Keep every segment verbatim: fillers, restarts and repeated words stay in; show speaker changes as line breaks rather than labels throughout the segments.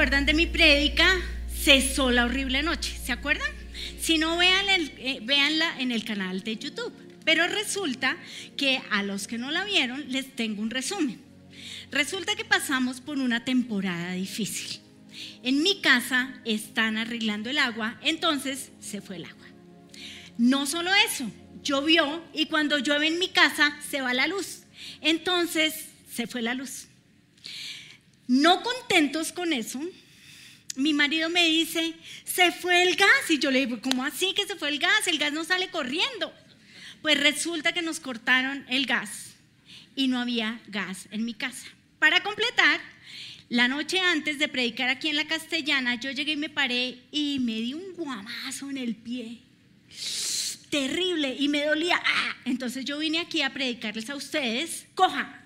acuerdan de mi prédica, Cesó la horrible noche, ¿se acuerdan? Si no, véanla, eh, véanla en el canal de YouTube. Pero resulta que a los que no la vieron les tengo un resumen. Resulta que pasamos por una temporada difícil. En mi casa están arreglando el agua, entonces se fue el agua. No solo eso, llovió y cuando llueve en mi casa se va la luz. Entonces se fue la luz. No contentos con eso, mi marido me dice, se fue el gas. Y yo le digo, ¿cómo así que se fue el gas? El gas no sale corriendo. Pues resulta que nos cortaron el gas y no había gas en mi casa. Para completar, la noche antes de predicar aquí en la Castellana, yo llegué y me paré y me di un guamazo en el pie. Terrible, y me dolía. ¡Ah! Entonces yo vine aquí a predicarles a ustedes, coja.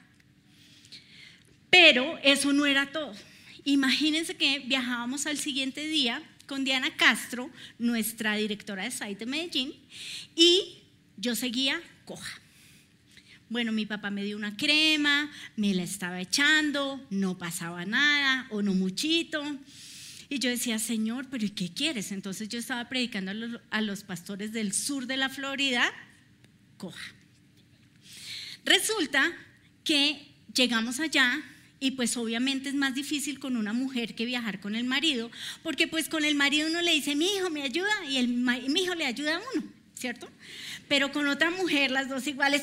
Pero eso no era todo. Imagínense que viajábamos al siguiente día con Diana Castro, nuestra directora de site de Medellín, y yo seguía coja. Bueno, mi papá me dio una crema, me la estaba echando, no pasaba nada o no muchito. Y yo decía, Señor, ¿pero y qué quieres? Entonces yo estaba predicando a los, a los pastores del sur de la Florida, coja. Resulta que llegamos allá y pues obviamente es más difícil con una mujer que viajar con el marido, porque pues con el marido uno le dice, mi hijo me ayuda, y el, mi hijo le ayuda a uno, ¿cierto? Pero con otra mujer las dos iguales.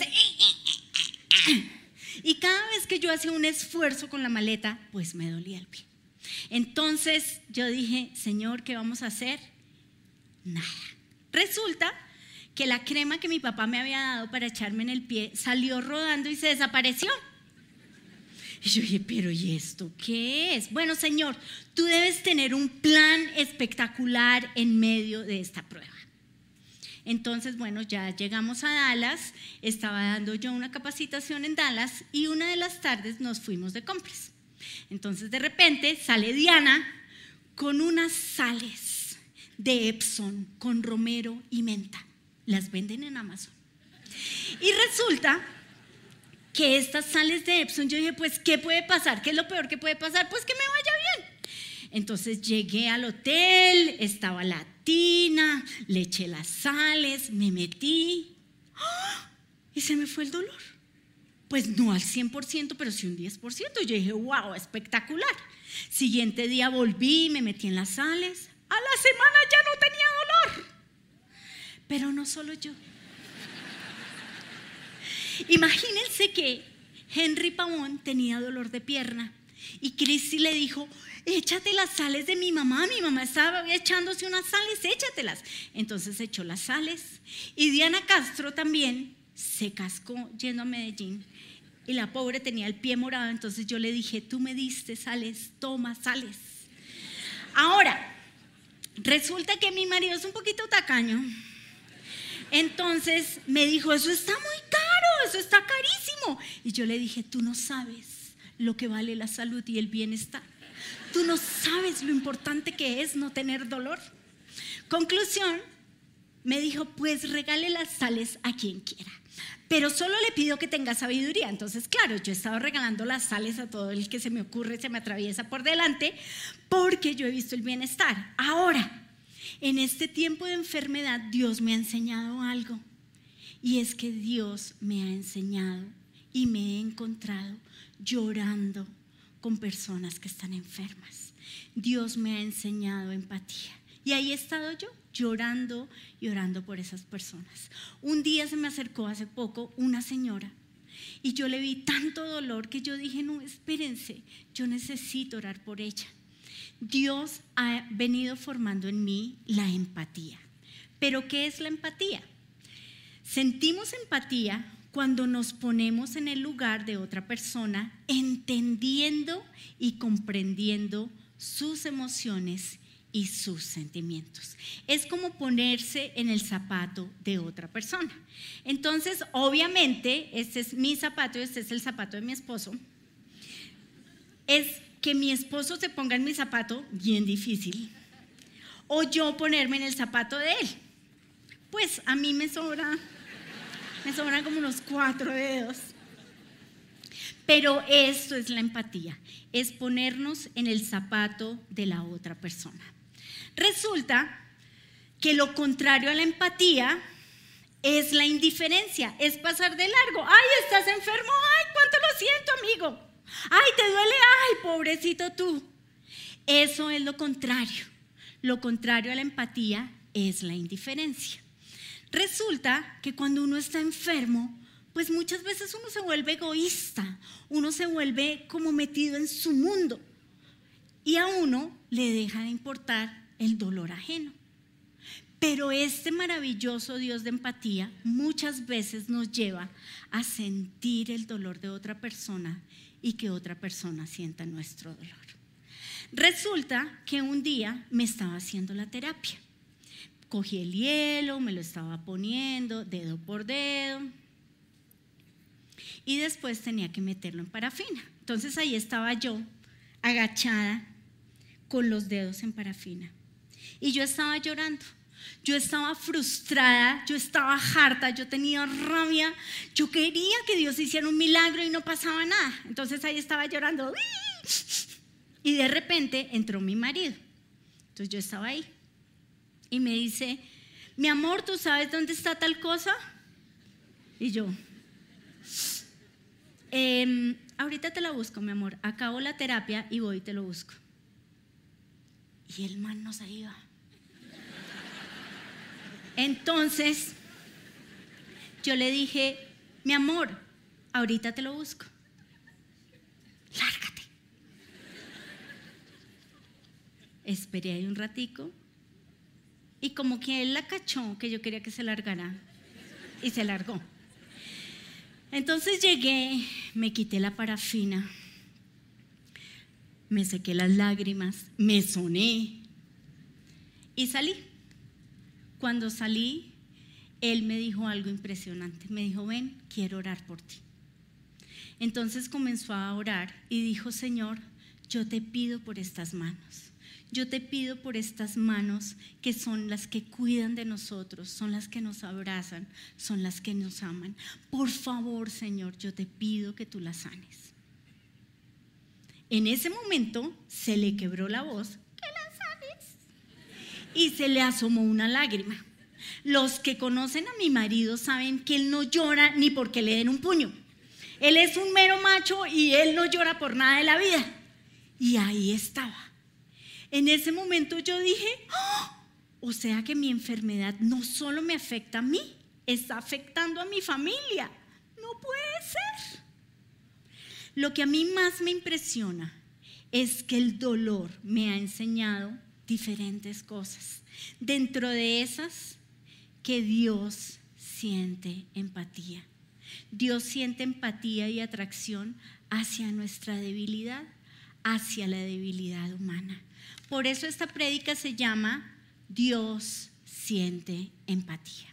Y cada vez que yo hacía un esfuerzo con la maleta, pues me dolía el pie. Entonces yo dije, Señor, ¿qué vamos a hacer? Nada. Resulta que la crema que mi papá me había dado para echarme en el pie salió rodando y se desapareció. Y yo dije, pero ¿y esto qué es? Bueno, Señor, tú debes tener un plan espectacular en medio de esta prueba. Entonces, bueno, ya llegamos a Dallas, estaba dando yo una capacitación en Dallas y una de las tardes nos fuimos de compras. Entonces, de repente sale Diana con unas sales de Epsom con romero y menta. Las venden en Amazon. Y resulta que estas sales de Epsom, yo dije, pues, ¿qué puede pasar? ¿Qué es lo peor que puede pasar? Pues que me vaya bien. Entonces llegué al hotel, estaba la tina, le eché las sales, me metí ¡oh! Y se me fue el dolor. Pues no al cien por ciento, pero sí un diez por ciento. Yo dije, wow, espectacular. Siguiente día volví, me metí en las sales. A la semana ya no tenía dolor. Pero no solo yo. Imagínense que Henry Pavón tenía dolor de pierna y Cristi le dijo, échate las sales de mi mamá, mi mamá estaba echándose unas sales, échatelas. Entonces echó las sales y Diana Castro también se cascó yendo a Medellín y la pobre tenía el pie morado. Entonces yo le dije, tú me diste sales, toma sales. Ahora, resulta que mi marido es un poquito tacaño. Entonces me dijo, eso está muy caro, eso está carísimo. Y yo le dije, tú no sabes lo que vale la salud y el bienestar. Tú no sabes lo importante que es no tener dolor. Conclusión, me dijo, pues regale las sales a quien quiera, pero solo le pido que tenga sabiduría. Entonces, claro, yo he estado regalando las sales a todo el que se me ocurre, se me atraviesa por delante, porque yo he visto el bienestar. Ahora, en este tiempo de enfermedad, Dios me ha enseñado algo, y es que Dios me ha enseñado y me he encontrado llorando con personas que están enfermas. Dios me ha enseñado empatía y ahí he estado yo llorando y orando por esas personas. Un día se me acercó hace poco una señora y yo le vi tanto dolor que yo dije, no, espérense, yo necesito orar por ella. Dios ha venido formando en mí la empatía. ¿Pero qué es la empatía? Sentimos empatía cuando nos ponemos en el lugar de otra persona, entendiendo y comprendiendo sus emociones y sus sentimientos. Es como ponerse en el zapato de otra persona. Entonces, obviamente, este es mi zapato y este es el zapato de mi esposo. Es que mi esposo se ponga en mi zapato, bien difícil, o yo ponerme en el zapato de él. Pues a mí me sobra, me sobran como unos cuatro dedos. Pero esto es la empatía, es ponernos en el zapato de la otra persona. Resulta que lo contrario a la empatía es la indiferencia, es pasar de largo. Ay, estás enfermo, ay, cuánto lo siento, amigo. Ay, te duele, ay, pobrecito tú. Eso es lo contrario. Lo contrario a la empatía es la indiferencia. Resulta que cuando uno está enfermo, pues muchas veces uno se vuelve egoísta, uno se vuelve como metido en su mundo y a uno le deja de importar el dolor ajeno. Pero este maravilloso Dios de empatía muchas veces nos lleva a sentir el dolor de otra persona y que otra persona sienta nuestro dolor. Resulta que un día me estaba haciendo la terapia. Cogí el hielo, me lo estaba poniendo dedo por dedo y después tenía que meterlo en parafina. Entonces ahí estaba yo agachada con los dedos en parafina y yo estaba llorando. Yo estaba frustrada, yo estaba harta, yo tenía rabia, yo quería que Dios hiciera un milagro y no pasaba nada. Entonces ahí estaba llorando y de repente entró mi marido. Entonces yo estaba ahí y me dice, mi amor, ¿tú sabes dónde está tal cosa? Y yo, eh, ahorita te la busco, mi amor, acabo la terapia y voy y te lo busco. Y el man no se iba. Entonces yo le dije, mi amor, ahorita te lo busco. Lárgate. Esperé ahí un ratico y como que él la cachó que yo quería que se largara y se largó. Entonces llegué, me quité la parafina, me sequé las lágrimas, me soné y salí. Cuando salí, él me dijo algo impresionante. Me dijo, ven, quiero orar por ti. Entonces comenzó a orar y dijo, Señor, yo te pido por estas manos. Yo te pido por estas manos que son las que cuidan de nosotros, son las que nos abrazan, son las que nos aman. Por favor, Señor, yo te pido que tú las sanes. En ese momento se le quebró la voz. Y se le asomó una lágrima. Los que conocen a mi marido saben que él no llora ni porque le den un puño. Él es un mero macho y él no llora por nada de la vida. Y ahí estaba. En ese momento yo dije, ¡oh! O sea que mi enfermedad no solo me afecta a mí, está afectando a mi familia. No puede ser. Lo que a mí más me impresiona es que el dolor me ha enseñado diferentes cosas. Dentro de esas, que Dios siente empatía. Dios siente empatía y atracción hacia nuestra debilidad, hacia la debilidad humana. Por eso esta prédica se llama Dios siente empatía.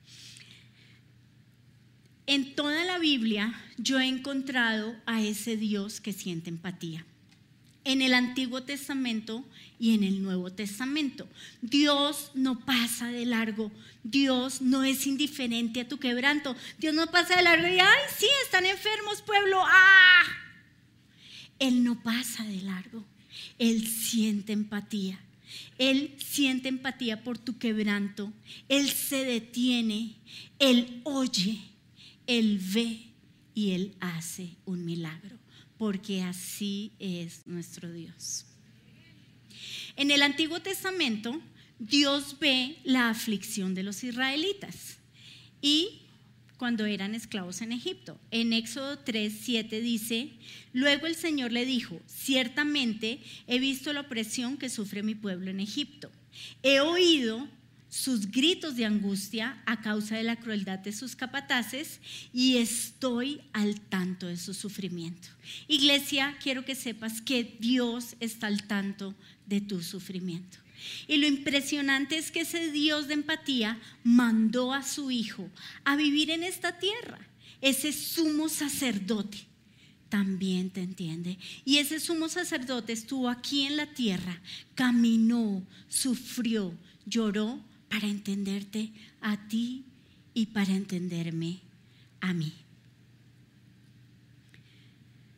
En toda la Biblia yo he encontrado a ese Dios que siente empatía. En el Antiguo Testamento y en el Nuevo Testamento. Dios no pasa de largo. Dios no es indiferente a tu quebranto. Dios no pasa de largo y, ay, sí, están enfermos, pueblo. ¡Ah! Él no pasa de largo. Él siente empatía. Él siente empatía por tu quebranto. Él se detiene. Él oye. Él ve y Él hace un milagro. Porque así es nuestro Dios. En el Antiguo Testamento, Dios ve la aflicción de los israelitas y cuando eran esclavos en Egipto. En Éxodo tres, siete dice, luego el Señor le dijo, ciertamente he visto la opresión que sufre mi pueblo en Egipto. He oído sus gritos de angustia a causa de la crueldad de sus capataces y estoy al tanto de su sufrimiento. Iglesia, quiero que sepas que Dios está al tanto de tu sufrimiento. Y lo impresionante es que ese Dios de empatía mandó a su Hijo a vivir en esta tierra. Ese sumo sacerdote también te entiende. Y ese sumo sacerdote estuvo aquí en la tierra, caminó, sufrió, lloró, para entenderte a ti y para entenderme a mí.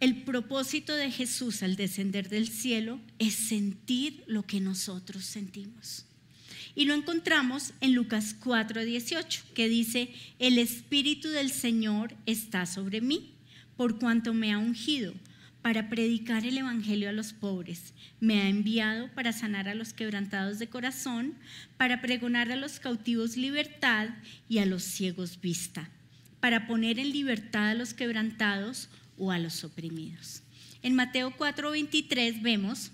el propósito de Jesús al descender del cielo es sentir lo que nosotros sentimos. Y lo encontramos en Lucas cuatro dieciocho, que dice: el Espíritu del Señor está sobre mí, por cuanto me ha ungido para predicar el evangelio a los pobres. Me ha enviado para sanar a los quebrantados de corazón, para pregonar a los cautivos libertad y a los ciegos vista, para poner en libertad a los quebrantados o a los oprimidos. En Mateo cuatro veintitrés vemos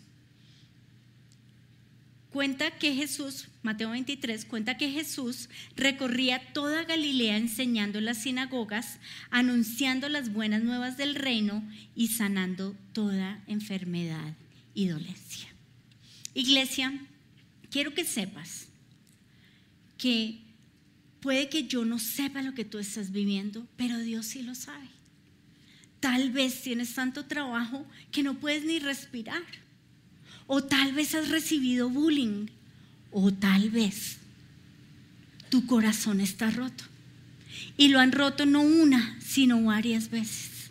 Cuenta que Jesús, Mateo veintitrés, cuenta que Jesús recorría toda Galilea enseñando en las sinagogas, anunciando las buenas nuevas del reino y sanando toda enfermedad y dolencia. Iglesia, quiero que sepas que puede que yo no sepa lo que tú estás viviendo, pero Dios sí lo sabe. Tal vez tienes tanto trabajo que no puedes ni respirar. O tal vez has recibido bullying, o tal vez tu corazón está roto. Y lo han roto no una, sino varias veces.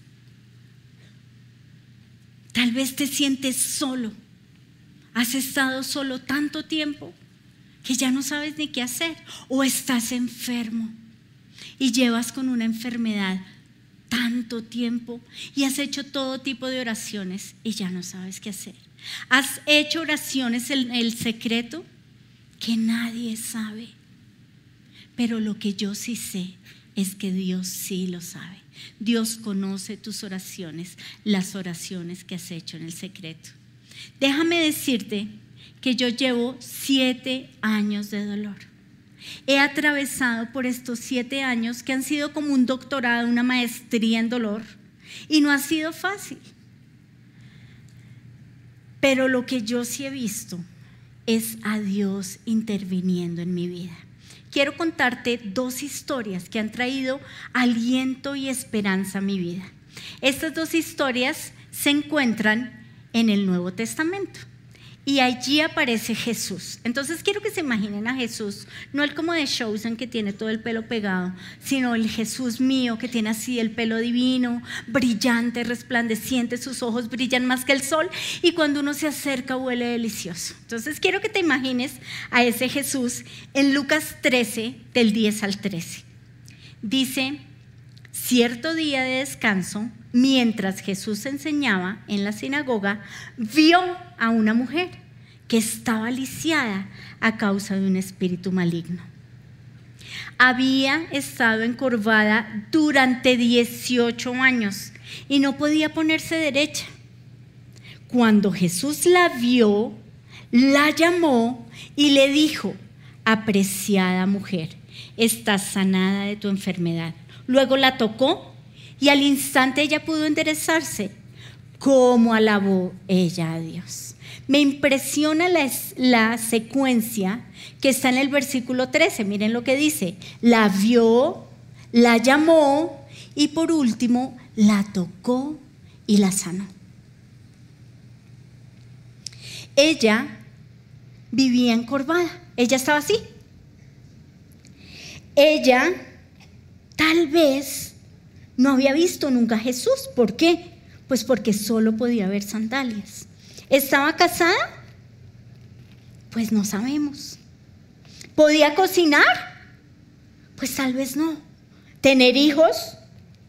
Tal vez te sientes solo. Has estado solo tanto tiempo que ya no sabes ni qué hacer. O estás enfermo y llevas con una enfermedad tanto tiempo y has hecho todo tipo de oraciones y ya no sabes qué hacer. Has hecho oraciones en el secreto que nadie sabe, pero lo que yo sí sé es que Dios sí lo sabe. Dios conoce tus oraciones, las oraciones que has hecho en el secreto. Déjame decirte que yo llevo siete años de dolor. He atravesado por estos siete años que han sido como un doctorado, una maestría en dolor, y no ha sido fácil. Pero lo que yo sí he visto es a Dios interviniendo en mi vida. Quiero contarte dos historias que han traído aliento y esperanza a mi vida. Estas dos historias se encuentran en el Nuevo Testamento y allí aparece Jesús. Entonces quiero que se imaginen a Jesús, no el como de Chosen que tiene todo el pelo pegado, sino el Jesús mío que tiene así el pelo divino, brillante, resplandeciente, sus ojos brillan más que el sol y cuando uno se acerca huele delicioso. Entonces quiero que te imagines a ese Jesús en Lucas trece, del diez al trece. Dice: cierto día de descanso, mientras Jesús enseñaba en la sinagoga, vio a una mujer que estaba lisiada a causa de un espíritu maligno. Había estado encorvada durante dieciocho años y no podía ponerse derecha. Cuando Jesús la vio, la llamó y le dijo: apreciada mujer, estás sanada de tu enfermedad. Luego la tocó y al instante ella pudo enderezarse. ¿Cómo alabó ella a Dios? Me impresiona la, la secuencia que está en el versículo trece. Miren lo que dice: la vio, la llamó y por último la tocó y la sanó. Ella vivía encorvada, ella estaba así. Ella tal vez no había visto nunca a Jesús. ¿Por qué? Pues porque solo podía ver sandalias. ¿Estaba casada? Pues no sabemos. ¿Podía cocinar? Pues tal vez no. ¿Tener hijos?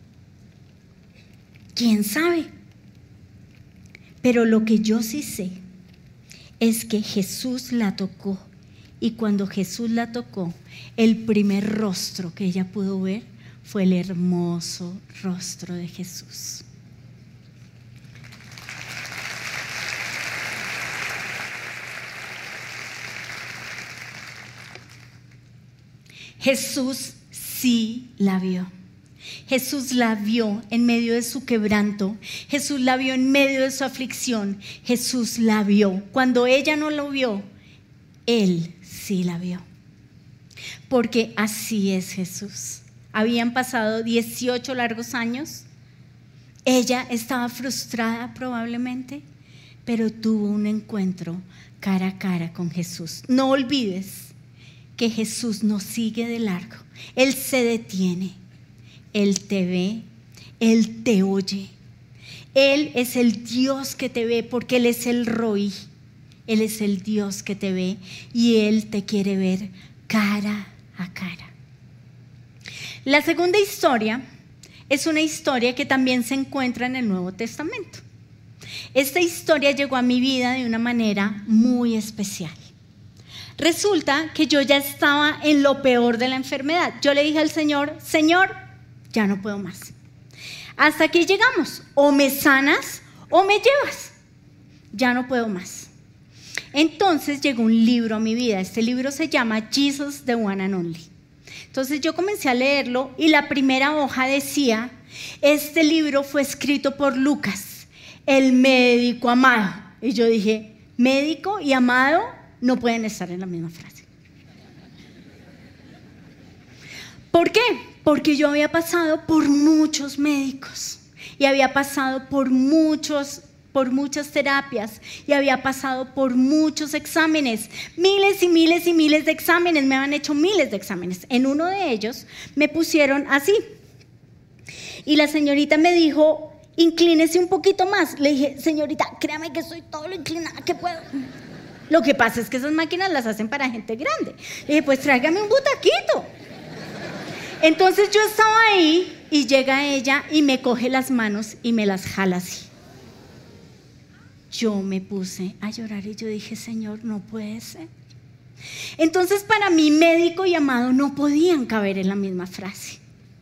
¿Quién sabe? Pero lo que yo sí sé es que Jesús la tocó y cuando Jesús la tocó, el primer rostro que ella pudo ver fue el hermoso rostro de Jesús. Jesús sí la vio. Jesús la vio en medio de su quebranto. Jesús la vio en medio de su aflicción. Jesús la vio. Cuando ella no lo vio, Él sí la vio. Porque así es Jesús. Habían pasado dieciocho largos años. Ella estaba frustrada probablemente, pero tuvo un encuentro cara a cara con Jesús. No olvides que Jesús no sigue de largo. Él se detiene. Él te ve, Él te oye, Él es el Dios que te ve porque Él es el Roí. Él es el Dios que te ve y Él te quiere ver cara a cara. La segunda historia es una historia que también se encuentra en el Nuevo Testamento. Esta historia llegó a mi vida de una manera muy especial. Resulta que yo ya estaba en lo peor de la enfermedad. Yo le dije al Señor, Señor, ya no puedo más. Hasta aquí llegamos, o me sanas o me llevas. Ya no puedo más. Entonces llegó un libro a mi vida. Este libro se llama Jesus, the One and Only. Entonces yo comencé a leerlo y la primera hoja decía, este libro fue escrito por Lucas, el médico amado. Y yo dije, médico y amado no pueden estar en la misma frase. ¿Por qué? Porque yo había pasado por muchos médicos y había pasado por muchos por muchas terapias y había pasado por muchos exámenes, miles y miles y miles de exámenes, me han hecho miles de exámenes. En uno de ellos me pusieron así y la señorita me dijo, inclínese un poquito más. Le dije, señorita, créame que soy todo lo inclinada que puedo. Lo que pasa es que esas máquinas las hacen para gente grande. Le dije, pues tráigame un butaquito. Entonces yo estaba ahí y llega ella y me coge las manos y me las jala así. Yo me puse a llorar y yo dije, Señor, no puede ser. Entonces para mí, médico y amado no podían caber en la misma frase.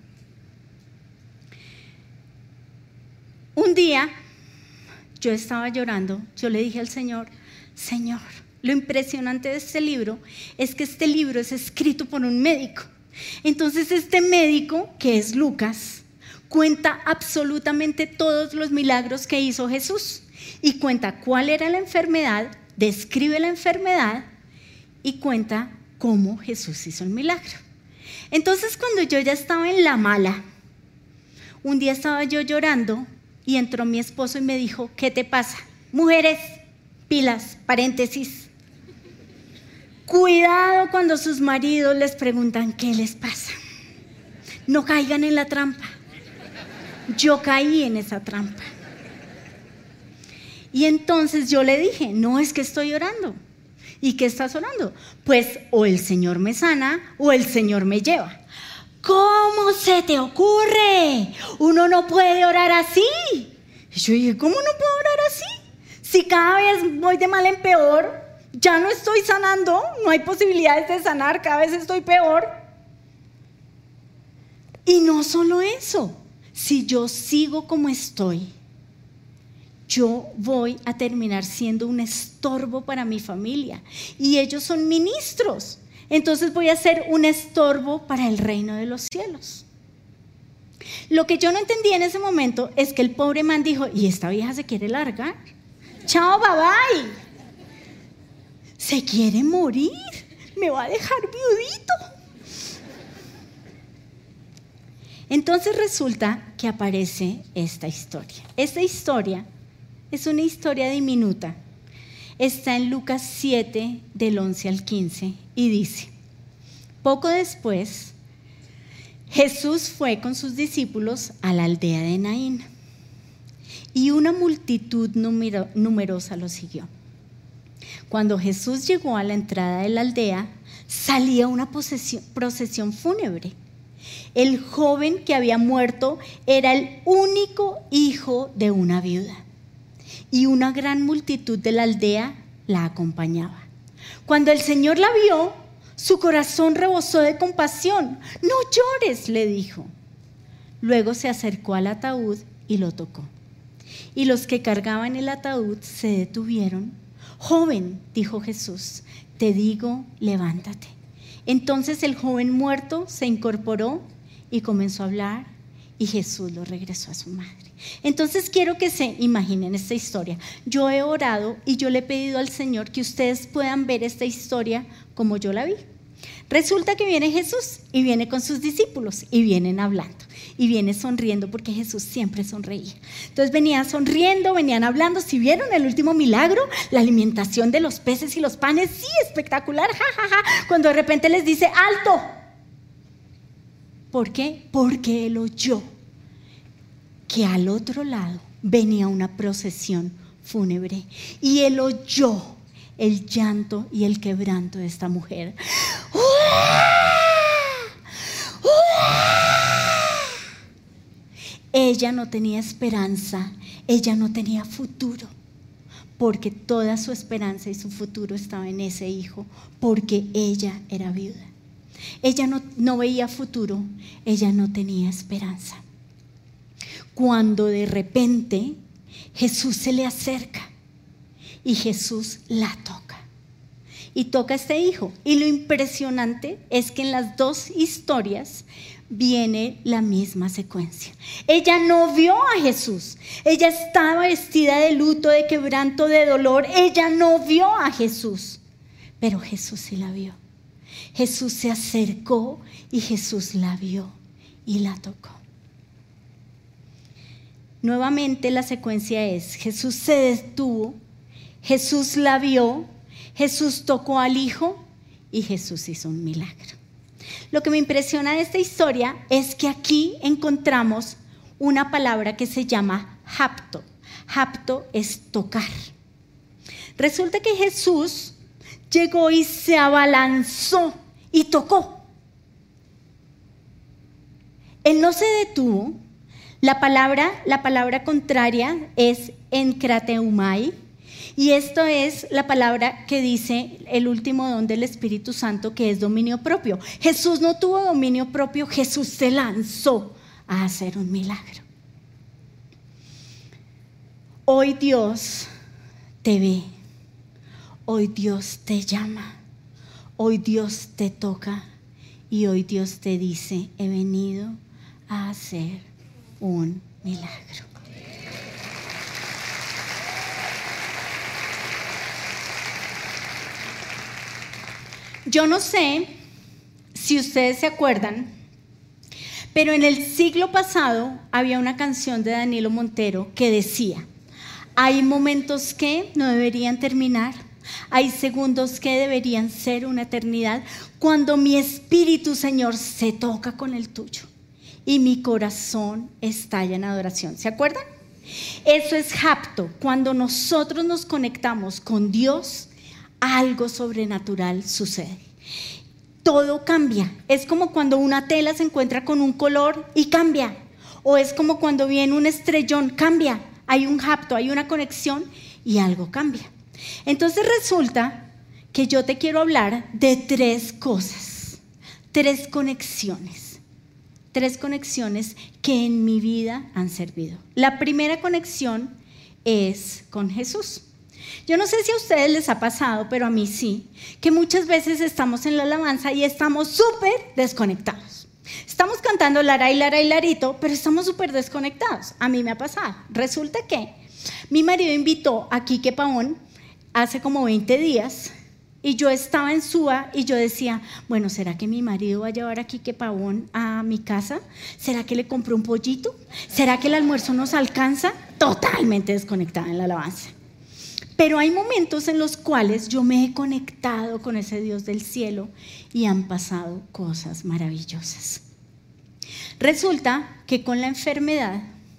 Un día yo estaba llorando, yo le dije al Señor, Señor, lo impresionante de este libro es que este libro es escrito por un médico. Entonces este médico, que es Lucas, cuenta absolutamente todos los milagros que hizo Jesús. Y cuenta cuál era la enfermedad, describe la enfermedad y cuenta cómo Jesús hizo el milagro. Entonces cuando yo ya estaba en la mala, un día estaba yo llorando y entró mi esposo y me dijo, ¿qué te pasa? Mujeres, pilas, paréntesis. Cuidado cuando sus maridos les preguntan qué les pasa. No caigan en la trampa. Yo caí en esa trampa. Y entonces yo le dije, no, es que estoy orando. ¿Y qué estás orando? Pues o el Señor me sana o el Señor me lleva. ¿Cómo se te ocurre? Uno no puede orar así. Y yo dije, ¿cómo no puedo orar así? Si cada vez voy de mal en peor, ya no estoy sanando, no hay posibilidades de sanar, cada vez estoy peor. Y no solo eso, si yo sigo como estoy, yo voy a terminar siendo un estorbo para mi familia y ellos son ministros, entonces voy a ser un estorbo para el reino de los cielos. Lo que yo no entendí en ese momento es que el pobre man dijo, y esta vieja se quiere largar, chao, bye bye, se quiere morir, me va a dejar viudito. Entonces resulta que aparece esta historia. Esta historia es una historia diminuta. Está en Lucas siete, del once al quince, y dice, poco después, Jesús fue con sus discípulos a la aldea de Naín, y una multitud numero, numerosa lo siguió. Cuando Jesús llegó a la entrada de la aldea, salía una procesión, procesión fúnebre. El joven que había muerto era el único hijo de una viuda. Y una gran multitud de la aldea la acompañaba. Cuando el Señor la vio, su corazón rebosó de compasión. No llores, le dijo. Luego se acercó al ataúd y lo tocó. Y los que cargaban el ataúd se detuvieron. Joven, dijo Jesús, te digo, levántate. Entonces el joven muerto se incorporó y comenzó a hablar y Jesús lo regresó a su madre. Entonces quiero que se imaginen esta historia. Yo he orado y yo le he pedido al Señor que ustedes puedan ver esta historia como yo la vi. Resulta que viene Jesús y viene con sus discípulos y vienen hablando y viene sonriendo porque Jesús siempre sonreía. Entonces venía sonriendo, venían hablando. Si vieron el último milagro, la alimentación de los peces y los panes, sí, espectacular, ja, ja, ja. Cuando de repente les dice, alto. ¿Por qué? Porque él oyó que al otro lado venía una procesión fúnebre y él oyó el llanto y el quebranto de esta mujer. Ella no tenía esperanza, ella no tenía futuro, porque toda su esperanza y su futuro estaba en ese hijo, porque ella era viuda. Ella no, no veía futuro, ella no tenía esperanza. Cuando de repente Jesús se le acerca y Jesús la toca. Y toca a este hijo. Y lo impresionante es que en las dos historias viene la misma secuencia. Ella no vio a Jesús. Ella estaba vestida de luto, de quebranto, de dolor. Ella no vio a Jesús. Pero Jesús sí la vio. Jesús se acercó y Jesús la vio y la tocó. Nuevamente la secuencia es: Jesús se detuvo, Jesús la vio, Jesús tocó al hijo y Jesús hizo un milagro. Lo que me impresiona de esta historia es que aquí encontramos una palabra que se llama hapto. Hapto es tocar. Resulta que Jesús llegó y se abalanzó y tocó. Él no se detuvo. La palabra, la palabra contraria es enkrateumai, y esto es la palabra que dice el último don del Espíritu Santo, que es dominio propio. Jesús no tuvo dominio propio, Jesús se lanzó a hacer un milagro. Hoy Dios te ve, hoy Dios te llama, hoy Dios te toca y hoy Dios te dice: he venido a hacer un milagro. Yo no sé si ustedes se acuerdan, pero en el siglo pasado había una canción de Danilo Montero que decía: hay momentos que no deberían terminar, hay segundos que deberían ser una eternidad, cuando mi espíritu, Señor, se toca con el tuyo y mi corazón estalla en adoración. ¿Se acuerdan? Eso es hapto. Cuando nosotros nos conectamos con Dios, algo sobrenatural sucede. Todo cambia. Es como cuando una tela se encuentra con un color y cambia. O es como cuando viene un estrellón, cambia. Hay un hapto, hay una conexión y algo cambia. Entonces resulta que yo te quiero hablar de tres cosas, tres conexiones. Tres conexiones que en mi vida han servido. La primera conexión es con Jesús. Yo no sé si a ustedes les ha pasado, pero a mí sí, que muchas veces estamos en la alabanza y estamos súper desconectados. Estamos cantando Lara y Lara y Larito, pero estamos súper desconectados. A mí me ha pasado. Resulta que mi marido invitó a Quique Pavón hace como veinte días. Y yo estaba en Suba y yo decía: bueno, ¿será que mi marido va a llevar a Quique Pavón a mi casa? ¿Será que le compró un pollito? ¿Será que el almuerzo nos alcanza? Totalmente desconectada en la alabanza. Pero hay momentos en los cuales yo me he conectado con ese Dios del cielo y han pasado cosas maravillosas. Resulta que con la enfermedad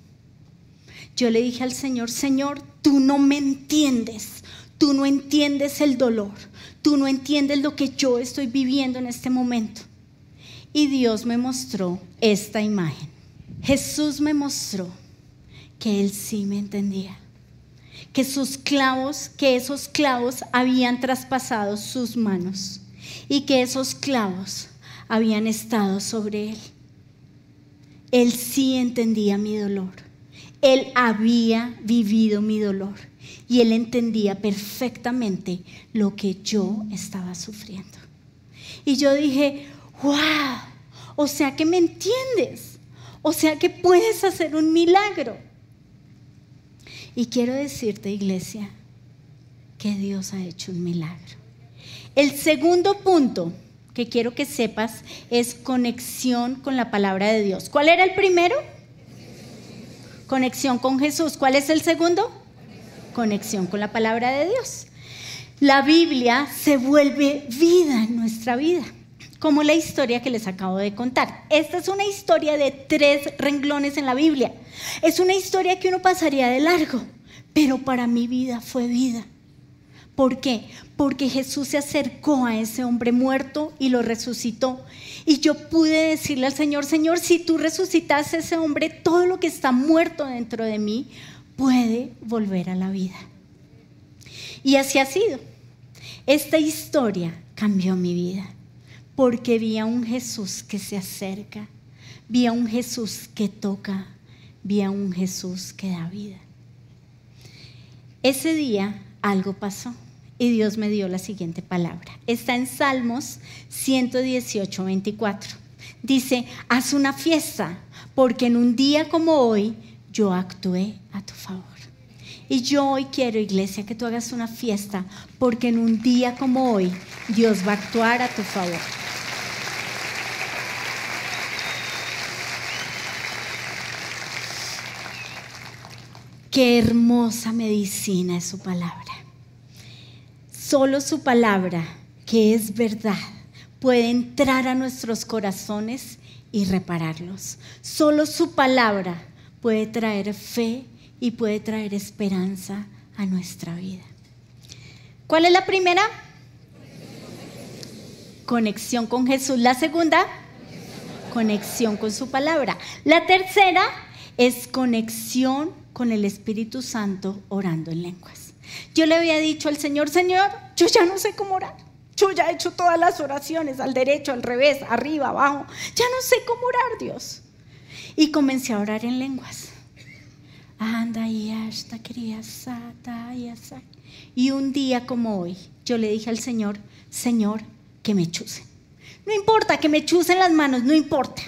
yo le dije al Señor: Señor, tú no me entiendes, tú no entiendes el dolor. Tú no entiendes lo que yo estoy viviendo en este momento. Y Dios me mostró esta imagen. Jesús me mostró que Él sí me entendía. Que sus clavos, que esos clavos habían traspasado sus manos. Y que esos clavos habían estado sobre Él. Él sí entendía mi dolor. Él había vivido mi dolor. Y Él entendía perfectamente lo que yo estaba sufriendo. Y yo dije: wow, o sea que me entiendes, o sea que puedes hacer un milagro. Y quiero decirte, iglesia, que Dios ha hecho un milagro. El segundo punto que quiero que sepas es conexión con la palabra de Dios. ¿Cuál era el primero? Conexión con Jesús. ¿Cuál es el segundo? Conexión con la palabra de Dios. La Biblia se vuelve vida en nuestra vida. como la historia que les acabo de contar. Esta es una historia de tres renglones en la Biblia. Es una historia que uno pasaría de largo, pero para mi vida fue vida. ¿Por qué? Porque Jesús se acercó a ese hombre muerto y lo resucitó. Y yo pude decirle al Señor: Señor, si tú resucitas a ese hombre, todo lo que está muerto dentro de mí puede volver a la vida. Y así ha sido. Esta historia cambió mi vida, porque vi a un Jesús que se acerca, vi a un Jesús que toca, vi a un Jesús que da vida. Ese día algo pasó y Dios me dio la siguiente palabra. Está en Salmos ciento dieciocho, veinticuatro. Dice: haz una fiesta, porque en un día como hoy yo actué a tu favor. Y yo hoy quiero, iglesia, que tú hagas una fiesta, porque en un día como hoy Dios va a actuar a tu favor. Qué hermosa medicina es su palabra. Solo su palabra, que es verdad, puede entrar a nuestros corazones y repararlos. Solo su palabra puede traer fe y puede traer esperanza a nuestra vida. ¿Cuál es la primera? Conexión con Jesús. La segunda, conexión con su palabra. La tercera es conexión con el Espíritu Santo orando en lenguas. Yo le había dicho al Señor: Señor, yo ya no sé cómo orar. Yo ya he hecho todas las oraciones, al derecho, al revés, arriba, abajo. Ya no sé cómo orar, Dios. Y comencé a orar en lenguas. Y un día como hoy, yo le dije al Señor: Señor, que me chusen. No importa, que me chusen las manos, no importa.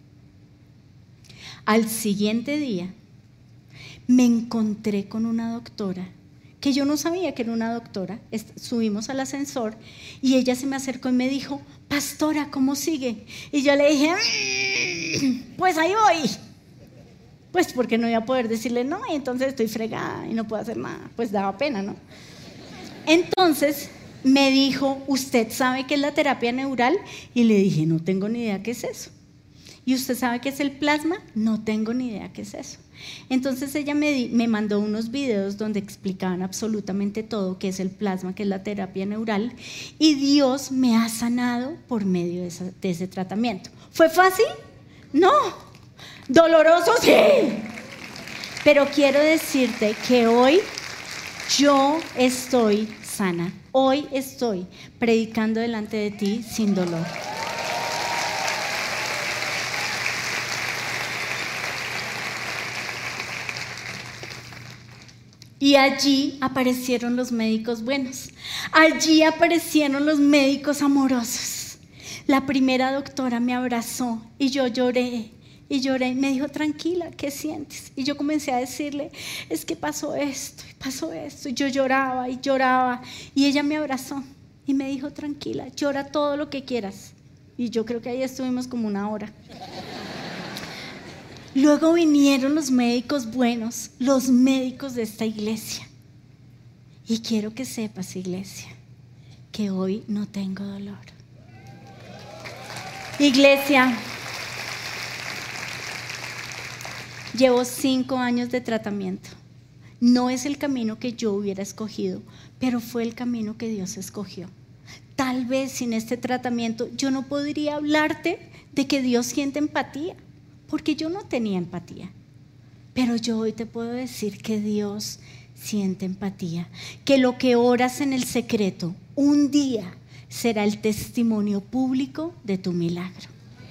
Al siguiente día, me encontré con una doctora, que yo no sabía que era una doctora. Subimos al ascensor y ella se me acercó y me dijo: pastora, ¿cómo sigue? Y yo le dije: pues ahí voy. Pues porque no iba a poder decirle no, y entonces estoy fregada y no puedo hacer nada. Pues daba pena, ¿no? Entonces me dijo: ¿usted sabe qué es la terapia neural? Y le dije: no tengo ni idea qué es eso. ¿Y usted sabe qué es el plasma? No tengo ni idea qué es eso. Entonces ella me, di, me mandó unos videos donde explicaban absolutamente todo, qué es el plasma, qué es la terapia neural, y Dios me ha sanado por medio de, esa, de ese tratamiento. ¿Fue fácil? No. ¿Doloroso? Sí. Pero quiero decirte que hoy yo estoy sana. Hoy estoy predicando delante de ti sin dolor. Y allí aparecieron los médicos buenos. Allí aparecieron los médicos amorosos. La primera doctora me abrazó y yo lloré. Y lloré, me dijo: tranquila, ¿qué sientes? Y yo comencé a decirle: es que pasó esto, y pasó esto. Y yo lloraba y lloraba. Y ella me abrazó y me dijo: tranquila, llora todo lo que quieras. Y yo creo que ahí estuvimos como una hora. Luego vinieron los médicos buenos, los médicos de esta iglesia. Y quiero que sepas, iglesia, que hoy no tengo dolor. Iglesia, llevo cinco años de tratamiento. No es el camino que yo hubiera escogido, pero fue el camino que Dios escogió. Tal vez sin este tratamiento yo no podría hablarte de que Dios siente empatía, porque yo no tenía empatía. Pero yo hoy te puedo decir que Dios siente empatía, que lo que oras en el secreto un día será el testimonio público de tu milagro.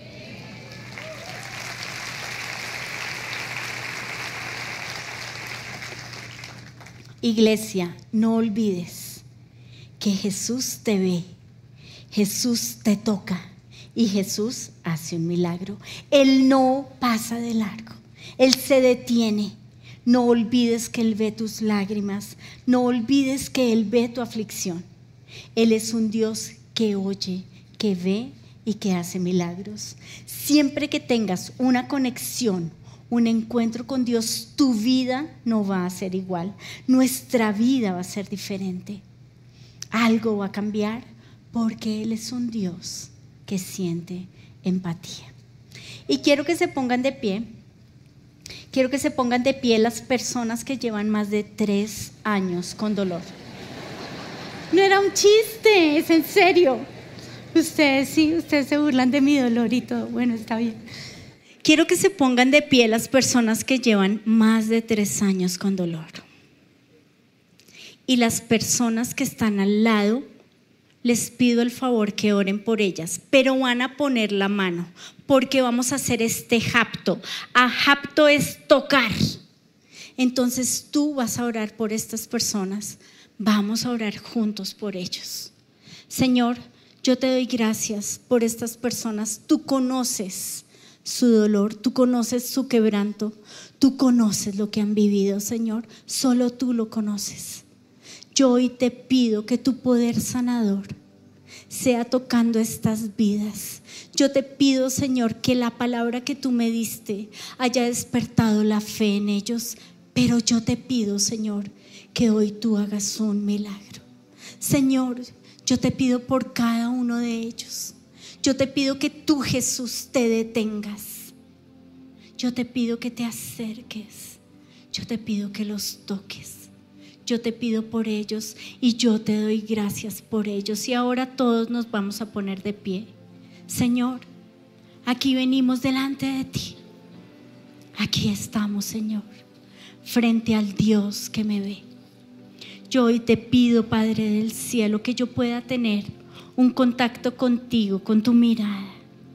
Iglesia, no olvides que Jesús te ve, Jesús te toca y Jesús hace un milagro. Él no pasa de largo, Él se detiene. No olvides que Él ve tus lágrimas, no olvides que Él ve tu aflicción. Él es un Dios que oye, que ve y que hace milagros. Siempre que tengas una conexión, un encuentro con Dios, tu vida no va a ser igual. Nuestra vida va a ser diferente. Algo va a cambiar porque Él es un Dios que siente empatía. Y quiero que se pongan de pie. Quiero que se pongan de pie las personas que llevan más de tres años con dolor. No era un chiste, es en serio. Ustedes sí, ustedes se burlan de mi dolor y todo. Bueno, está bien. Quiero que se pongan de pie las personas que llevan más de tres años con dolor. Y las personas que están al lado, les pido el favor que oren por ellas, pero van a poner la mano, porque vamos a hacer este hapto. Hapto es tocar. Entonces tú vas a orar por estas personas. Vamos a orar juntos por ellos. Señor, yo te doy gracias por estas personas. Tú conoces su dolor, tú conoces su quebranto, tú conoces lo que han vivido, Señor. Solo tú lo conoces. Yo hoy te pido que tu poder sanador sea tocando estas vidas. Yo te pido, Señor, que la palabra que tú me diste haya despertado la fe en ellos. Pero yo te pido, Señor, que hoy tú hagas un milagro. Señor, yo te pido por cada uno de ellos. Yo te pido que tú, Jesús, te detengas. Yo te pido que te acerques. Yo te pido que los toques. Yo te pido por ellos y yo te doy gracias por ellos. Y ahora todos nos vamos a poner de pie. Señor, aquí venimos delante de ti. Aquí estamos, Señor, frente al Dios que me ve. Yo hoy te pido, Padre del cielo, que yo pueda tener un contacto contigo, con tu mirada.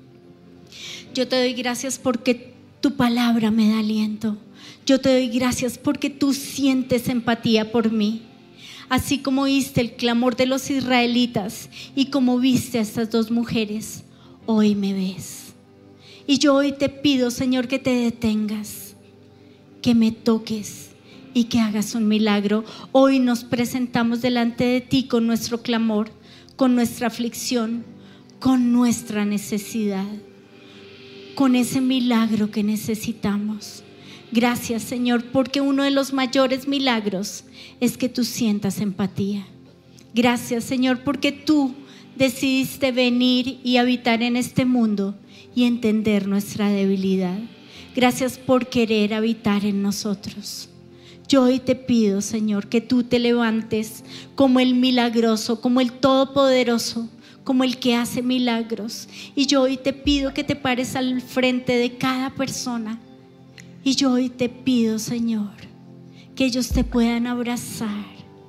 Yo te doy gracias porque tu palabra me da aliento. Yo te doy gracias porque tú sientes empatía por mí. Así como viste el clamor de los israelitas y como viste a estas dos mujeres, hoy me ves. Y yo hoy te pido, Señor, que te detengas, que me toques y que hagas un milagro. Hoy nos presentamos delante de ti con nuestro clamor, con nuestra aflicción, con nuestra necesidad, con ese milagro que necesitamos. Gracias, Señor, porque uno de los mayores milagros es que tú sientas empatía. Gracias, Señor, porque tú decidiste venir y habitar en este mundo y entender nuestra debilidad. Gracias por querer habitar en nosotros. Yo hoy te pido, Señor, que tú te levantes como el milagroso, como el todopoderoso, como el que hace milagros. Y yo hoy te pido que te pares al frente de cada persona. Y yo hoy te pido, Señor, que ellos te puedan abrazar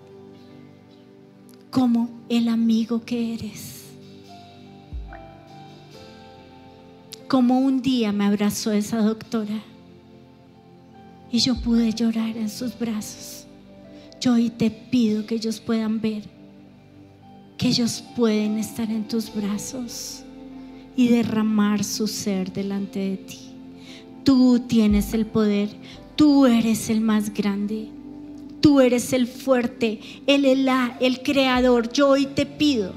como el amigo que eres. Como un día me abrazó esa doctora y yo pude llorar en sus brazos. Yo hoy te pido que ellos puedan ver que ellos pueden estar en tus brazos y derramar su ser delante de ti. Tú tienes el poder, tú eres el más grande, tú eres el fuerte, el Elá, el creador. Yo hoy te pido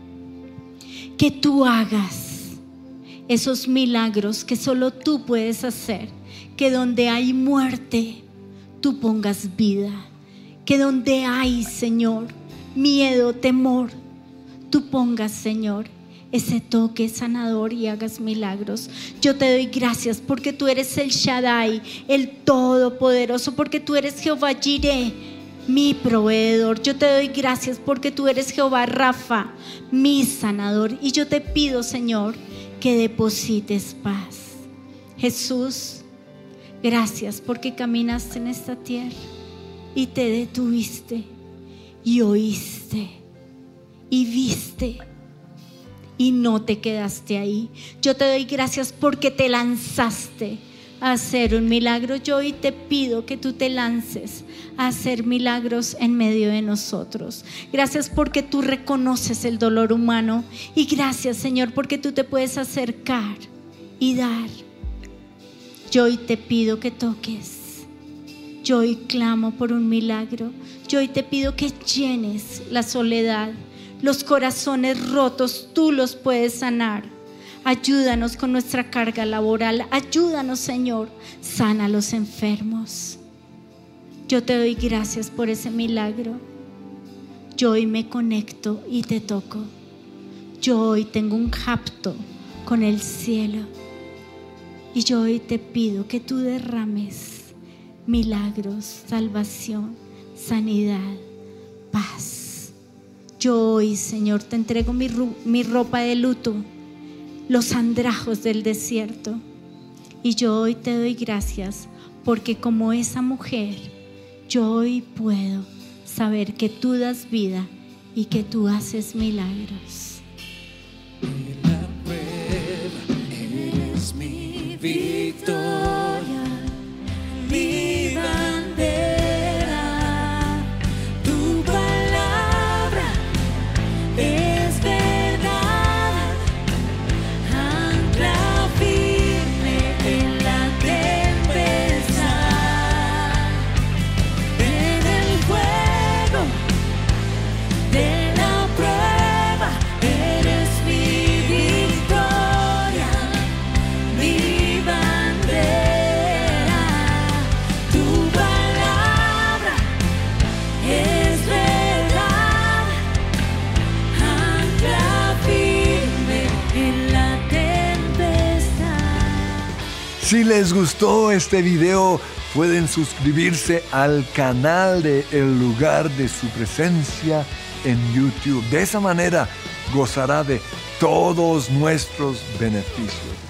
que tú hagas esos milagros que solo tú puedes hacer, que donde hay muerte, tú pongas vida, que donde hay, Señor, miedo, temor, tú pongas, Señor, ese toque sanador y hagas milagros. Yo te doy gracias porque tú eres el Shaddai, el Todopoderoso, porque tú eres Jehová Jireh, mi proveedor. Yo te doy gracias porque tú eres Jehová Rafa, mi sanador. Y yo te pido, Señor, que deposites paz. Jesús, gracias porque caminaste en esta tierra y te detuviste y oíste y viste y no te quedaste ahí. Yo te doy gracias porque te lanzaste a hacer un milagro. Yo hoy te pido que tú te lances a hacer milagros en medio de nosotros. Gracias porque tú reconoces el dolor humano y gracias, Señor, porque tú te puedes acercar y dar. Yo hoy te pido que toques. Yo hoy clamo por un milagro. Yo hoy te pido que llenes la soledad. Los corazones rotos tú los puedes sanar. Ayúdanos con nuestra carga laboral. Ayúdanos, Señor. Sana a los enfermos. Yo te doy gracias por ese milagro. Yo hoy me conecto y te toco. yo hoy tengo un pacto con el cielo. Y yo hoy te pido que tú derrames milagros, salvación, sanidad, paz. Yo hoy, Señor, te entrego mi, mi ropa de luto, los andrajos del desierto. Y yo hoy te doy gracias porque como esa mujer, yo hoy puedo saber que tú das vida y que tú haces milagros.
En la prueba eres mi victoria, mi bandera, tu palabra es verdad, ancla firme en la tempestad, en el fuego de la prueba eres mi victoria, mi bandera, tu palabra es verdad, ancla firme en la tempestad.
Si les gustó este video, pueden suscribirse al canal de El Lugar de Su Presencia en YouTube. De esa manera gozará de todos nuestros beneficios.